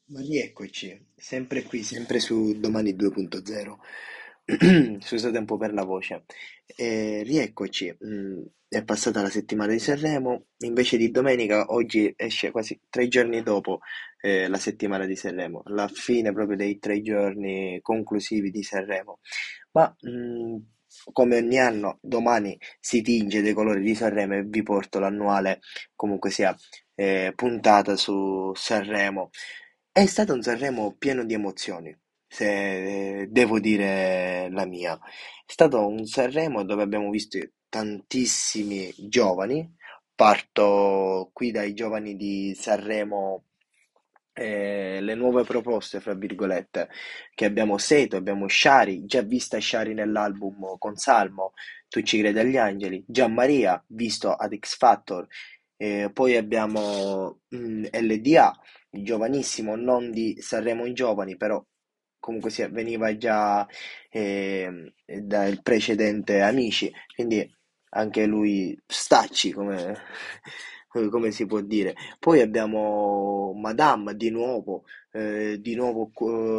Ma rieccoci, sempre qui, sempre su Domani 2.0. Scusate un po' per la voce. Rieccoci, è passata la settimana di Sanremo, invece di domenica, oggi esce quasi 3 giorni dopo la settimana di Sanremo, la fine proprio dei 3 giorni conclusivi di Sanremo. Ma come ogni anno, domani si tinge dei colori di Sanremo e vi porto l'annuale, comunque sia, puntata su Sanremo. È stato un Sanremo pieno di emozioni, se devo dire la mia. È stato un Sanremo dove abbiamo visto tantissimi giovani. Parto qui dai giovani di Sanremo, le nuove proposte, fra virgolette, che abbiamo Seto, abbiamo Shari, già vista Shari nell'album con Salmo, Tu ci credi agli angeli, Gianmaria, visto ad X Factor, poi abbiamo LDA, il giovanissimo, non di Sanremo in giovani, però comunque sia, veniva già dal precedente Amici, quindi anche lui stacci, come si può dire. Poi abbiamo Madame di nuovo,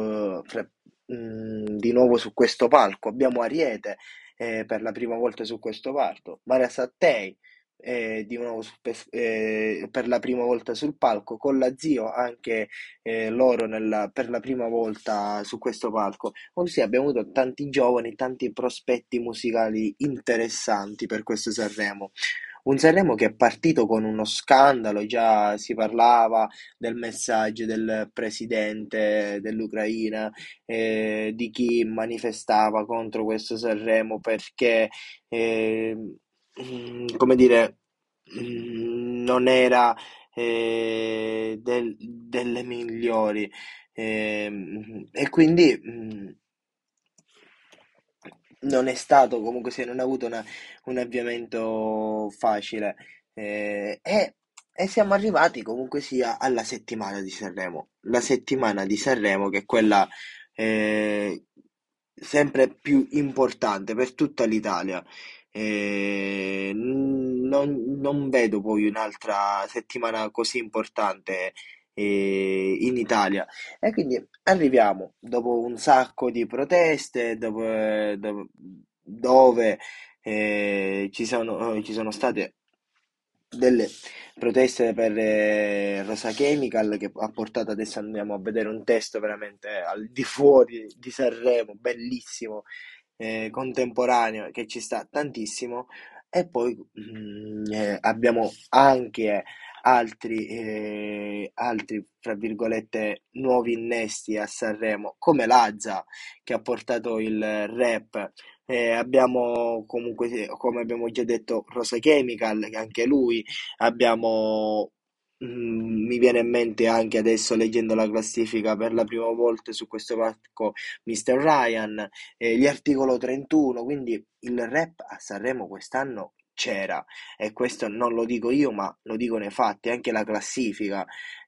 di nuovo su questo palco. Abbiamo Ariete per la prima volta su questo palco. Maria Sattei di nuovo per la prima volta sul palco. Con la Zio anche loro per la prima volta su questo palco. Ossia, abbiamo avuto tanti giovani, tanti prospetti musicali interessanti per questo Sanremo. Un Sanremo che è partito con uno scandalo, già si parlava del messaggio del presidente dell'Ucraina, di chi manifestava contro questo Sanremo perché, eh, come dire, non era delle migliori. E quindi non è stato comunque se non ha avuto un avviamento facile. E siamo arrivati comunque sia alla settimana di Sanremo. La settimana di Sanremo che è quella eh, sempre più importante per tutta l'Italia. Non vedo poi un'altra settimana così importante in Italia. E quindi arriviamo dopo un sacco di proteste, dove ci sono state delle proteste per Rosa Chemical che ha portato, adesso andiamo a vedere un testo veramente al di fuori di Sanremo, bellissimo, contemporaneo, che ci sta tantissimo. E poi abbiamo anche altri, fra virgolette, nuovi innesti a Sanremo, come Lazza che ha portato il rap. Abbiamo comunque, come abbiamo già detto, Rosa Chemical, che anche lui abbiamo. Mi viene in mente anche adesso leggendo la classifica per la prima volta su questo palco Mr. Ryan, gli articolo 31, quindi il rap a Sanremo quest'anno c'era e questo non lo dico io, ma lo dicono i fatti, anche la classifica,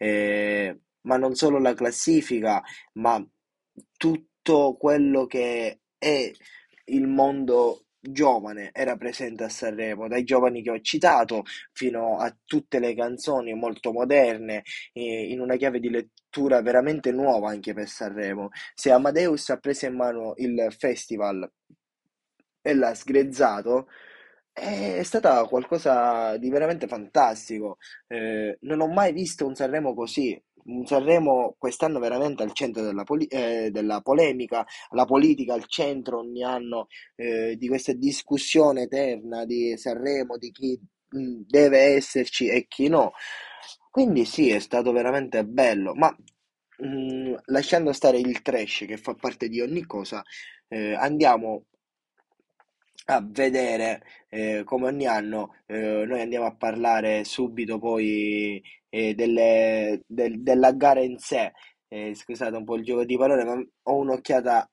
ma non solo la classifica, ma tutto quello che è il mondo giovane era presente a Sanremo, dai giovani che ho citato fino a tutte le canzoni molto moderne, in una chiave di lettura veramente nuova anche per Sanremo. Se Amadeus ha preso in mano il festival e l'ha sgrezzato, è stata qualcosa di veramente fantastico. Non ho mai visto un Sanremo così. Un Sanremo quest'anno veramente al centro della polemica, la politica al centro ogni anno di questa discussione eterna di Sanremo, di chi deve esserci e chi no. Quindi sì, è stato veramente bello, ma lasciando stare il trash che fa parte di ogni cosa, andiamo a vedere come ogni anno noi andiamo a parlare subito poi della gara in sé. Scusate un po' il gioco di parole, ma ho un'occhiata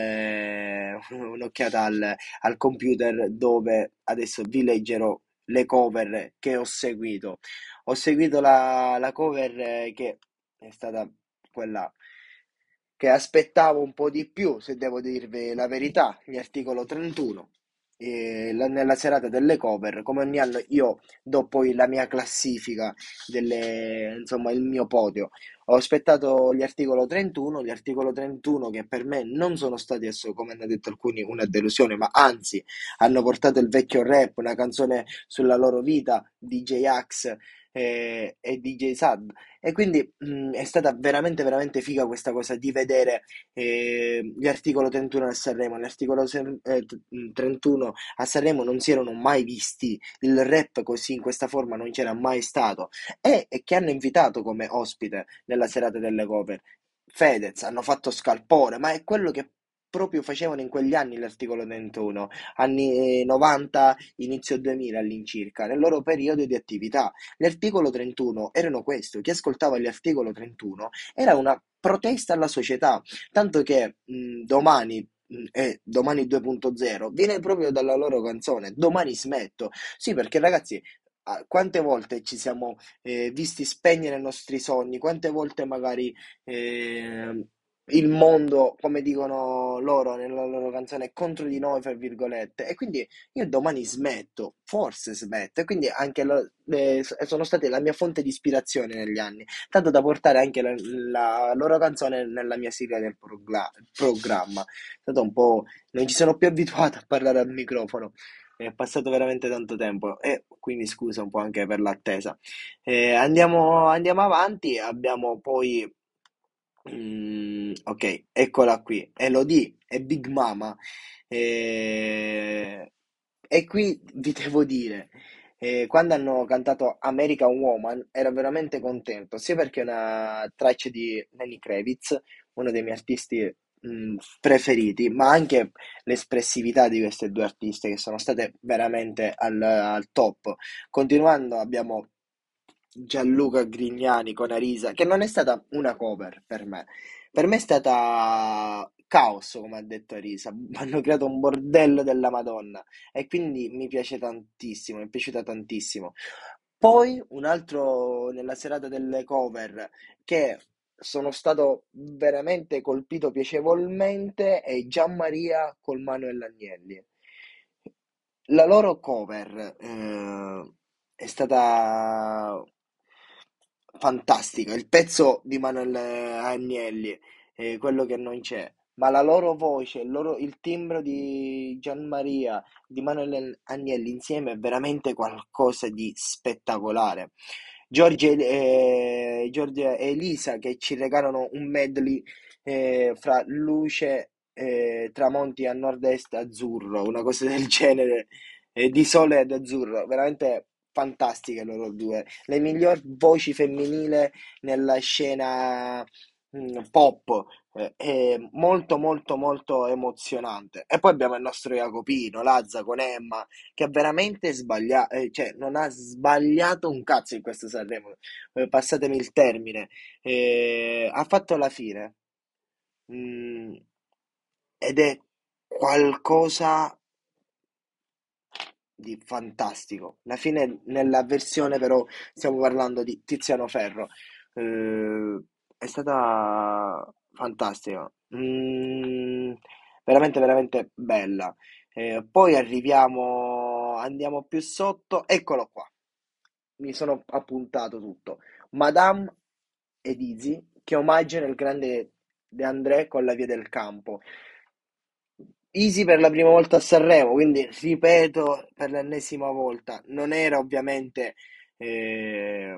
un'occhiata al computer dove adesso vi leggerò le cover che ho seguito. Ho seguito la cover che è stata quella che aspettavo un po' di più, se devo dirvi la verità, gli articolo 31. Nella serata delle cover, come ogni anno, io do poi la mia classifica insomma, il mio podio. Ho aspettato gli articolo 31 che per me non sono stati, adesso, come hanno detto alcuni, una delusione, ma anzi hanno portato il vecchio rap, una canzone sulla loro vita, DJ Axe e DJ Sad. E quindi è stata veramente, veramente figa questa cosa di vedere gli articolo 31 a Sanremo. Gli articolo 31 a Sanremo non si erano mai visti, il rap così in questa forma non c'era mai stato e che hanno invitato come ospite nella serata delle cover Fedez, hanno fatto scalpore, ma è quello che proprio facevano in quegli anni l'articolo 31, anni 90, inizio 2000 all'incirca, nel loro periodo di attività. L'articolo 31 erano questo, chi ascoltava gli articolo 31 era una protesta alla società, tanto che domani e Domani 2.0 viene proprio dalla loro canzone, Domani smetto. Sì, perché ragazzi, quante volte ci siamo visti spegnere i nostri sogni, quante volte magari eh, il mondo, come dicono loro nella loro canzone, è contro di noi, fra virgolette, e quindi io domani smetto, forse smetto, e quindi anche sono state la mia fonte di ispirazione negli anni, tanto da portare anche la loro canzone nella mia sigla del programma. È stato un po', non ci sono più abituato a parlare al microfono. È passato veramente tanto tempo e quindi scusa un po' anche per l'attesa. Andiamo avanti, abbiamo poi, ok, eccola qui, Elodie e Big Mama. Eh, e qui vi devo dire, quando hanno cantato American Woman ero veramente contento, sia perché è una traccia di Lenny Kravitz, uno dei miei artisti preferiti, ma anche l'espressività di queste due artiste che sono state veramente al top. Continuando abbiamo Gianluca Grignani con Arisa, che non è stata una cover per me è stata caos, come ha detto Arisa, hanno creato un bordello della Madonna e quindi mi piace tantissimo, mi è piaciuta tantissimo. Poi un altro nella serata delle cover che sono stato veramente colpito piacevolmente è Gianmaria col Manuel Agnelli. La loro cover è stata fantastica. Il pezzo di Manuel Agnelli, quello che non c'è, ma la loro voce, il timbro di Gianmaria, di Manuel Agnelli insieme è veramente qualcosa di spettacolare. Giorgia e Elisa che ci regalano un medley fra luce, tramonti a nord-est azzurro, una cosa del genere, di sole ed azzurro, veramente fantastiche loro due, le miglior voci femminili nella scena pop, è molto molto molto emozionante. E poi abbiamo il nostro Jacopino, Lazza con Emma, che ha veramente sbagliato, cioè non ha sbagliato un cazzo in questo Sanremo, passatemi il termine. Ha fatto la fine. Mm, ed è qualcosa di fantastico. La fine, nella versione però, stiamo parlando di Tiziano Ferro, è stata fantastica. Veramente, veramente bella. Poi andiamo più sotto, eccolo qua, mi sono appuntato tutto. Madame ed Easy, che omaggiano il grande De André con la via del campo. Easy per la prima volta a Sanremo, quindi ripeto per l'ennesima volta, eh,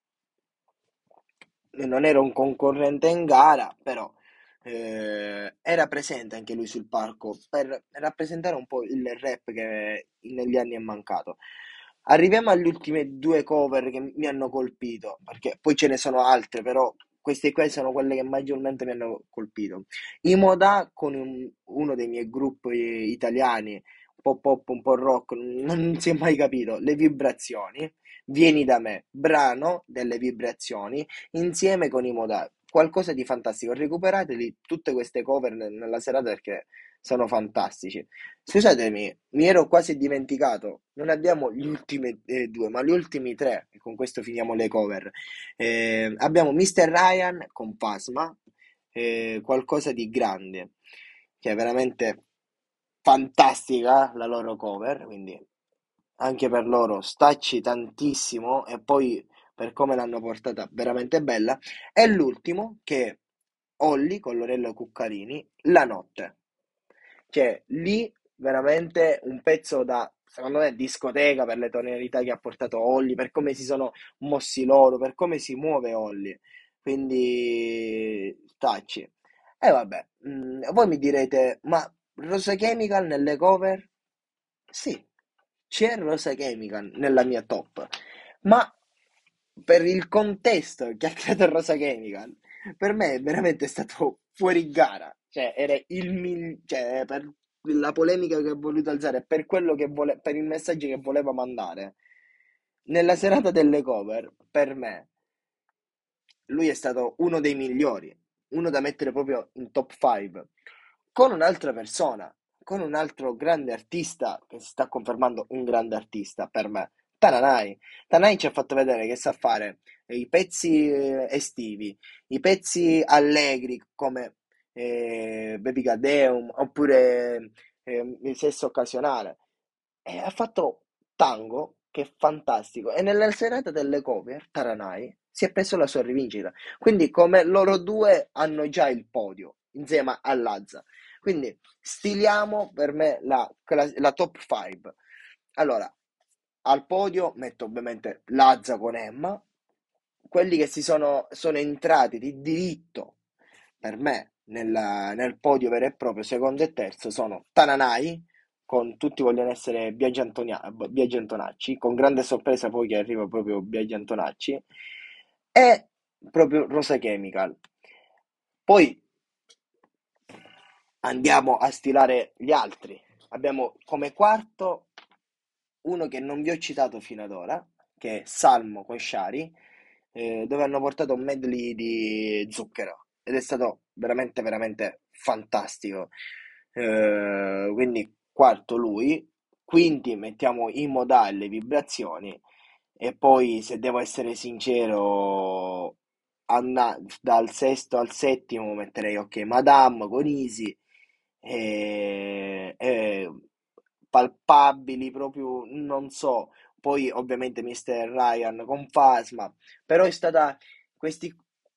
non era un concorrente in gara, però era presente anche lui sul palco per rappresentare un po' il rap che negli anni è mancato. Arriviamo alle ultime due cover che mi hanno colpito, perché poi ce ne sono altre, però queste qua sono quelle che maggiormente mi hanno colpito. I Modà con uno dei miei gruppi italiani, un po' pop, un po' rock, non si è mai capito, Le Vibrazioni, Vieni da me, brano delle vibrazioni insieme con i Modà. Qualcosa di fantastico. Recuperateli tutte queste cover nella serata perché sono fantastici. Scusatemi, mi ero quasi dimenticato. Non abbiamo gli ultimi due, ma gli ultimi tre. E con questo finiamo le cover. Abbiamo Mr. Ryan con Pasma, qualcosa di grande, che è veramente fantastica la loro cover. Quindi anche per loro stacci tantissimo e poi per come l'hanno portata veramente bella. E l'ultimo che è Olli con Lorello Cuccarini, La notte. Cioè, lì veramente un pezzo da, secondo me, discoteca per le tonalità che ha portato Olli, per come si sono mossi loro, per come si muove Olli. Quindi, tacci. E vabbè, voi mi direte, ma Rosa Chemical nelle cover? Sì, c'è Rosa Chemical nella mia top, ma per il contesto che ha creato Rosa Chemical, per me è veramente stato fuori gara. Cioè, era cioè, per la polemica che ha voluto alzare, per quello che per il messaggio che voleva mandare. Nella serata delle cover, per me, lui è stato uno dei migliori, uno da mettere proprio in top 5, con un'altra persona, con un altro grande artista che si sta confermando un grande artista per me, Tananai. Tananai ci ha fatto vedere che sa fare i pezzi estivi, i pezzi allegri come Baby Gadeum oppure Il sesso occasionale. E ha fatto Tango, che è fantastico. E nella serata delle cover, Taranai si è preso la sua rivincita. Quindi, come loro due hanno già il podio insieme a Lazza. Quindi, stiliamo per me la top 5. Allora, al podio metto ovviamente Lazza con Emma. Quelli che sono entrati di diritto per me nel podio vero e proprio, secondo e terzo, sono Tananai, con tutti vogliono essere Biagi Antonacci, con grande sorpresa poi che arriva proprio Biagi Antonacci, e proprio Rosa Chemical. Poi andiamo a stilare gli altri. Abbiamo come quarto uno che non vi ho citato fino ad ora, che è Salmo con Shari, dove hanno portato un medley di Zucchero ed è stato veramente, veramente fantastico. Quindi quarto lui, quinti mettiamo i modali, le vibrazioni e poi se devo essere sincero, dal sesto al settimo metterei ok Madame con Easy e palpabili proprio, non so, poi ovviamente Mr. Ryan con Fasma, però è stata questi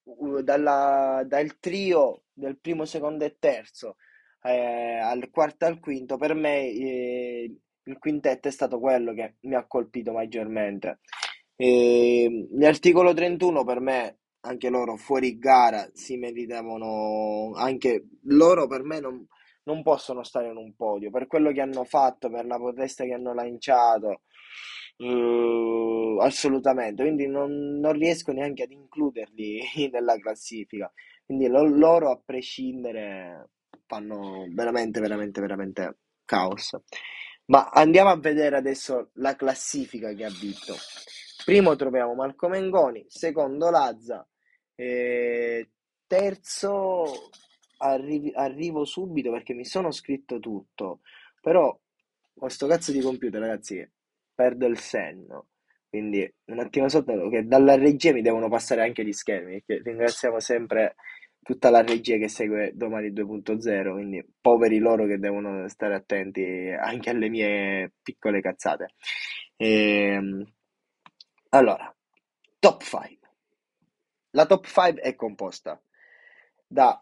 dal trio del primo, secondo e terzo al quarto e al quinto, per me il quintetto è stato quello che mi ha colpito maggiormente. L'articolo 31 per me, anche loro fuori gara, si meritavano, anche loro per me non possono stare in un podio per quello che hanno fatto, per la protesta che hanno lanciato, assolutamente. Quindi non riesco neanche ad includerli nella classifica. Quindi loro, a prescindere, fanno veramente, veramente, veramente caos. Ma andiamo a vedere adesso la classifica che ha vinto. Primo troviamo Marco Mengoni, secondo Lazza, eh, terzo arrivo subito perché mi sono scritto tutto, però questo cazzo di computer, ragazzi, perde il senno. Quindi un attimo sotto che dalla regia mi devono passare anche gli schermi, perché ringraziamo sempre tutta la regia che segue Domani 2.0, quindi poveri loro che devono stare attenti anche alle mie piccole cazzate. Ehm, allora, top 5. La top 5 è composta da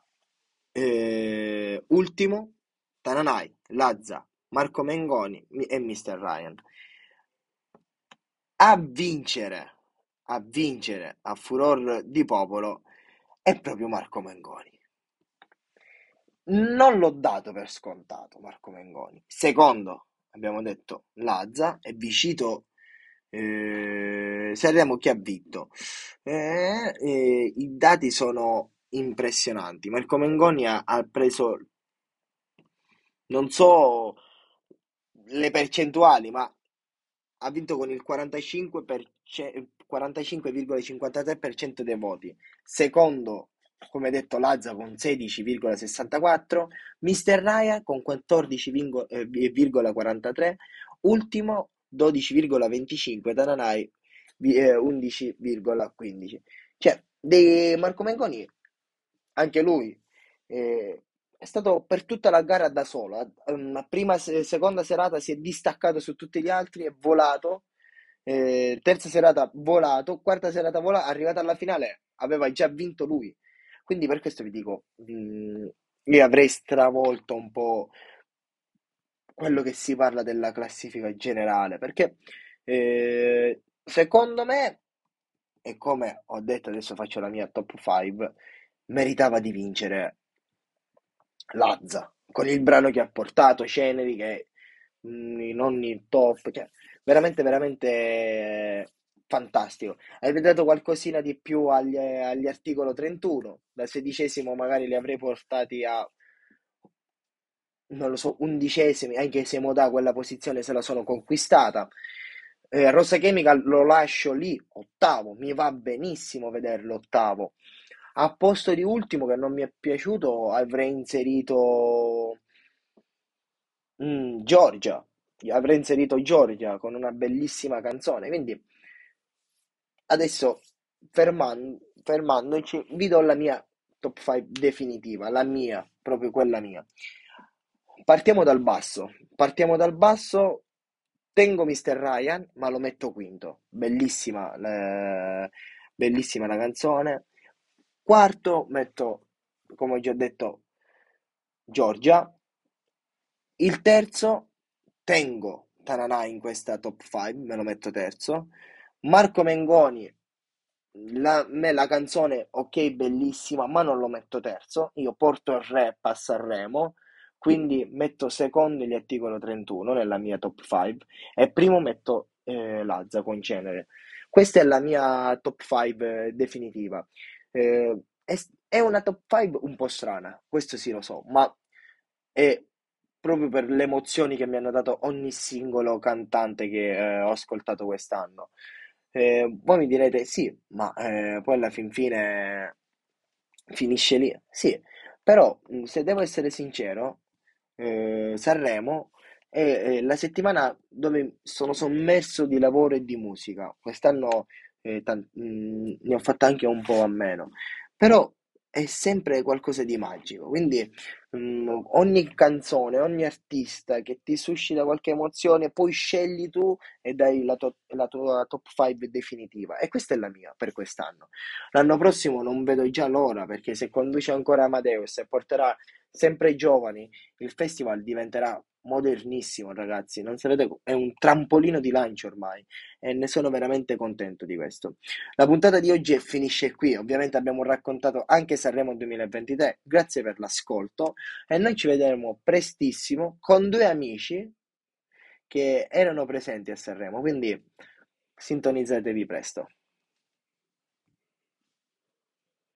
ultimo Tananai, Lazza, Marco Mengoni e Mr. Ryan. A vincere, a furor di popolo, è proprio Marco Mengoni. Non l'ho dato per scontato Marco Mengoni. Secondo, abbiamo detto Lazza e Vicito Sanremo chi ha vinto. I dati sono impressionanti. Marco Mengoni ha preso, non so le percentuali, ma ha vinto con il 45,53% dei voti. Secondo, come detto, Lazza con 16,64, Mister Raya con 14,43, ultimo 12,25, Tananai 11,15. Cioè, Marco Mengoni, anche lui, è stato per tutta la gara da solo. Prima, seconda serata si è distaccato su tutti gli altri, è volato terza serata volato, quarta serata volato, arrivata alla finale aveva già vinto lui. Quindi per questo vi dico, io avrei stravolto un po' quello che si parla della classifica generale, perché secondo me, e come ho detto adesso faccio la mia top 5, meritava di vincere Lazza, con il brano che ha portato, Ceneri, che in ogni top, cioè, veramente, veramente fantastico. Avrebbe dato qualcosina di più agli articolo 31, da sedicesimo magari li avrei portati a, non lo so, undicesimi, anche se Modà quella posizione se la sono conquistata. Rosa Chemical lo lascio lì, ottavo, mi va benissimo vederlo ottavo. A posto di ultimo, che non mi è piaciuto, avrei inserito Giorgia. Avrei inserito Giorgia con una bellissima canzone. Quindi adesso, fermandoci, vi do la mia top 5 definitiva, la mia, proprio quella mia. Partiamo dal basso. Partiamo dal basso. Tengo Mr. Ryan, ma lo metto quinto. Bellissima, bellissima la canzone. Quarto metto, come ho già detto, Giorgia. Il terzo, tengo Tananà in questa top 5, me lo metto terzo. Marco Mengoni, me la canzone, ok, bellissima, ma non lo metto terzo. Io porto il rap a Sanremo, quindi metto secondo gli articolo 31 nella mia top 5 e primo metto Lazza con Cenere. Questa è la mia top 5 definitiva. È una top 5 un po' strana, questo sì lo so, ma è proprio per le emozioni che mi hanno dato ogni singolo cantante che ho ascoltato quest'anno. Voi mi direte sì, ma poi alla fin fine finisce lì. Sì, però se devo essere sincero, Sanremo è la settimana dove sono sommerso di lavoro e di musica. Quest'anno ne ho fatta anche un po' a meno, però è sempre qualcosa di magico. Quindi ogni canzone, ogni artista che ti suscita qualche emozione, poi scegli tu e dai la tua top 5 definitiva. E questa è la mia per quest'anno. L'anno prossimo non vedo già l'ora perché se conduce ancora Amadeus e porterà sempre i giovani, il festival diventerà modernissimo, ragazzi. Non sapete, è un trampolino di lancio ormai e ne sono veramente contento di questo. La puntata di oggi finisce qui. Ovviamente abbiamo raccontato anche Sanremo 2023. Grazie per l'ascolto e noi ci vedremo prestissimo con due amici che erano presenti a Sanremo. Quindi sintonizzatevi presto.